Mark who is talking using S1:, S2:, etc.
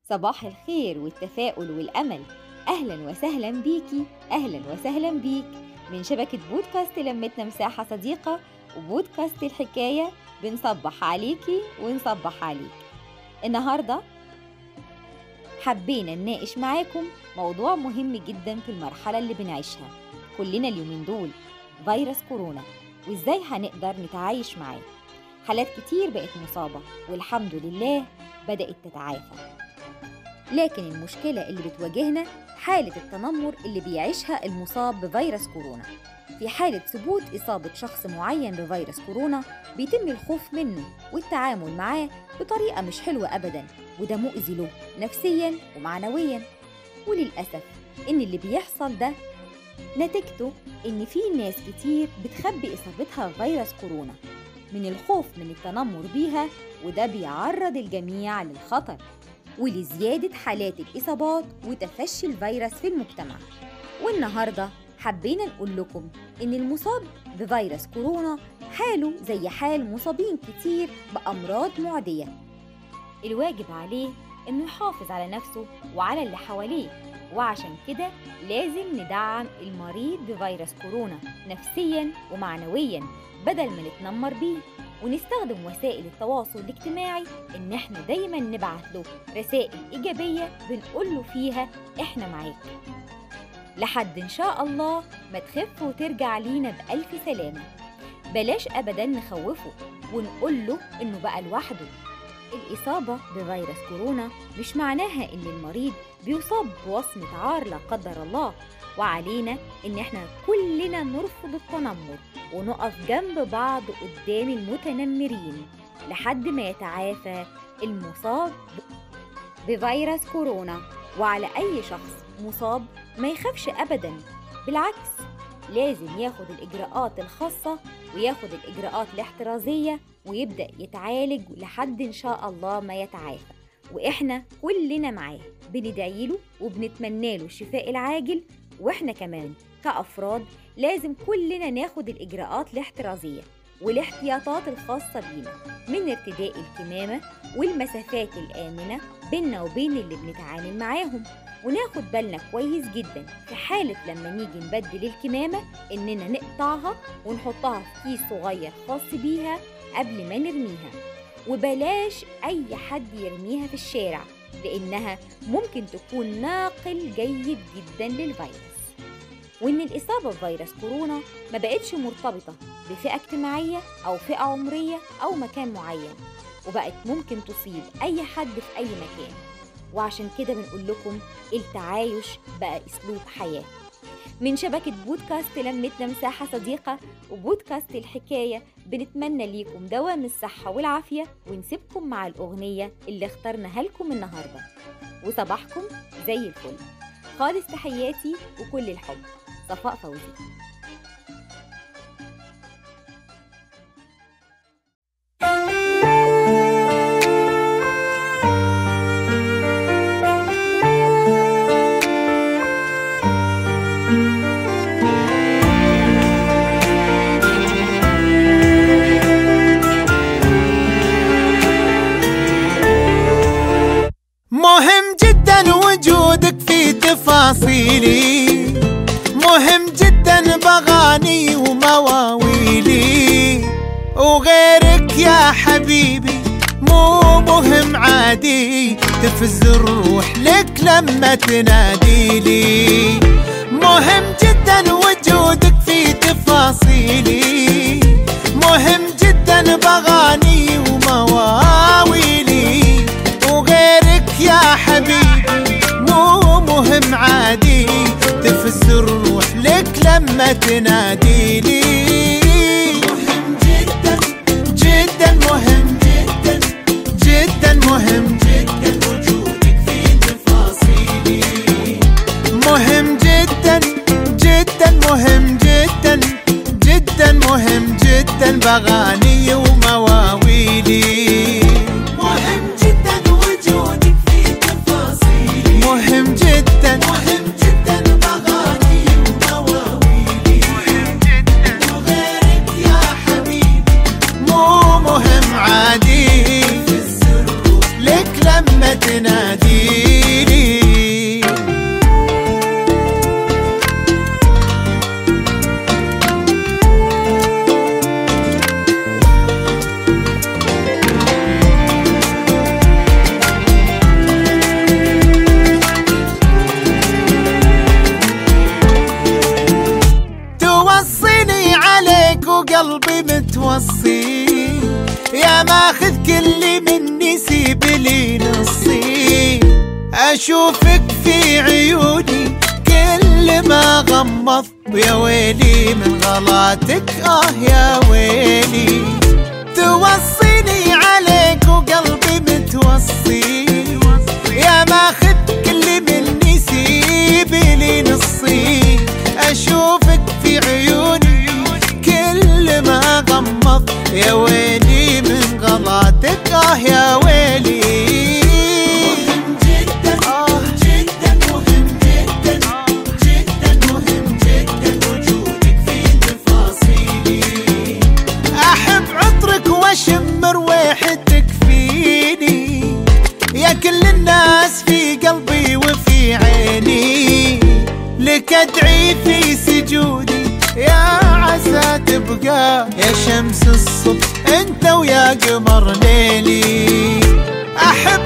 S1: صباح الخير والتفاؤل والأمل. أهلا وسهلا بيكي، أهلا وسهلا بيك من شبكة بودكاست لمتنا مساحة صديقة وبودكاست الحكاية. بنصبح عليكي ونصبح عليك. النهاردة حبينا نناقش معاكم موضوع مهم جدا في المرحلة اللي بنعيشها كلنا اليومين دول، فيروس كورونا، وإزاي هنقدر نتعايش معاه. حالات كتير بقت مصابة والحمد لله بدأت تتعافى، لكن المشكلة اللي بتواجهنا حالة التنمر اللي بيعيشها المصاب بفيروس كورونا. في حالة ثبوت إصابة شخص معين بفيروس كورونا بيتم الخوف منه والتعامل معاه بطريقة مش حلوة أبدا، وده مؤذي له نفسيا ومعنويا. وللأسف إن اللي بيحصل ده نتيجته إن في ناس كتير بتخبي إصابتها بفيروس كورونا من الخوف من التنمر بيها، وده بيعرض الجميع للخطر ولزيادة حالات الإصابات وتفشي الفيروس في المجتمع. والنهاردة حبينا نقول لكم إن المصاب بفيروس كورونا حاله زي حال مصابين كتير بأمراض معدية. الواجب عليه إنه يحافظ على نفسه وعلى اللي حواليه، وعشان كده لازم ندعم المريض بفيروس كورونا نفسياً ومعنوياً بدل ما نتنمر بيه. ونستخدم وسائل التواصل الاجتماعي إن احنا دايما نبعت له رسائل إيجابية بنقول له فيها احنا معاك، لحد إن شاء الله ما تخف وترجع لينا بألف سلامة. بلاش أبدا نخوفه ونقول له إنه بقى لوحده. الإصابة بفيروس كورونا مش معناها إن المريض بيصاب بوصمة عار لا قدر الله، وعلينا إن احنا كلنا نرفض التنمر ونقف جنب بعض قدام المتنمرين لحد ما يتعافى المصاب بفيروس كورونا. وعلى أي شخص مصاب ما يخافش أبداً، بالعكس لازم ياخد الإجراءات الخاصة وياخد الإجراءات الاحترازية ويبدأ يتعالج لحد إن شاء الله ما يتعافى. وإحنا كلنا معاه بندعيله وبنتمنى له الشفاء العاجل. وإحنا كمان كأفراد لازم كلنا ناخد الإجراءات الاحترازية والاحتياطات الخاصة بينا، من ارتداء الكمامة والمسافات الآمنة بيننا وبين اللي بنتعامل معاهم. وناخد بالنا كويس جدا في حالة لما نيجي نبدل الكمامة إننا نقطعها ونحطها في كيس صغير خاص بيها قبل ما نرميها، وبلاش أي حد يرميها في الشارع لأنها ممكن تكون ناقل جيد جدا للفيروس. وإن الإصابة بفيروس كورونا ما بقتش مرتبطة بفئة اجتماعية أو فئة عمرية أو مكان معين، وبقت ممكن تصيب أي حد في أي مكان. وعشان كده بنقول لكم التعايش بقى أسلوب حياة. من شبكة بودكاست لمتنا مساحة صديقة وبودكاست الحكاية بنتمنى ليكم دوام الصحة والعافية، ونسيبكم مع الأغنية اللي اخترناها لكم النهاردة. وصباحكم زي الفل. خالص تحياتي وكل الحب، صفاء فوزي.
S2: مهم جدا وجودك في تفاصيلي، مهم جدا بغاني ومواويلي، وغيرك يا حبيبي مو مهم عادي، تفز الروح لك لما تناديلي. مهم جدا وجودك في تفاصيلي، مهم جدا بغاني ومواويلي، وغيرك يا حبيبي مو مهم عادي، تفز الروح لك لما تناديلي. مهم جدا جدا، مهم جدا جدا، مهم جدا وجودك في تفاصيلي، مهم جدا جدا، مهم جدا جدا، مهم جدا بغاني ومواويلي. مهم جدا وجودك في تفاصيلي، مهم جدا، مهم جدا بغاني ومواويلي، مهم جدا وغيرك يا حبيبي مو مهم عادي، لك قلبي متوصي، يا ماخذ كل مني سيب لي نصي. اشوفك في عيوني كل ما غمض، يا ويلي من غلاتك يا ويلي. توصيني عليك وقلبي متوصي، يا ماخذ كل مني سيب لي نصي. اشوفك في عيوني كل ما غمض، يا ويلي من غلاتك يا ويلي. مهم جدا جدا مهم جدا جدا مهم جدا وجودك في تفاصيلي. احب عطرك واشم رويحتك فيني، يا كل الناس في قلبي وفي عيني. لك ادعي في سجودي يا عسى تبقى، يا شمس الصبح انت ويا قمر ليلي. احب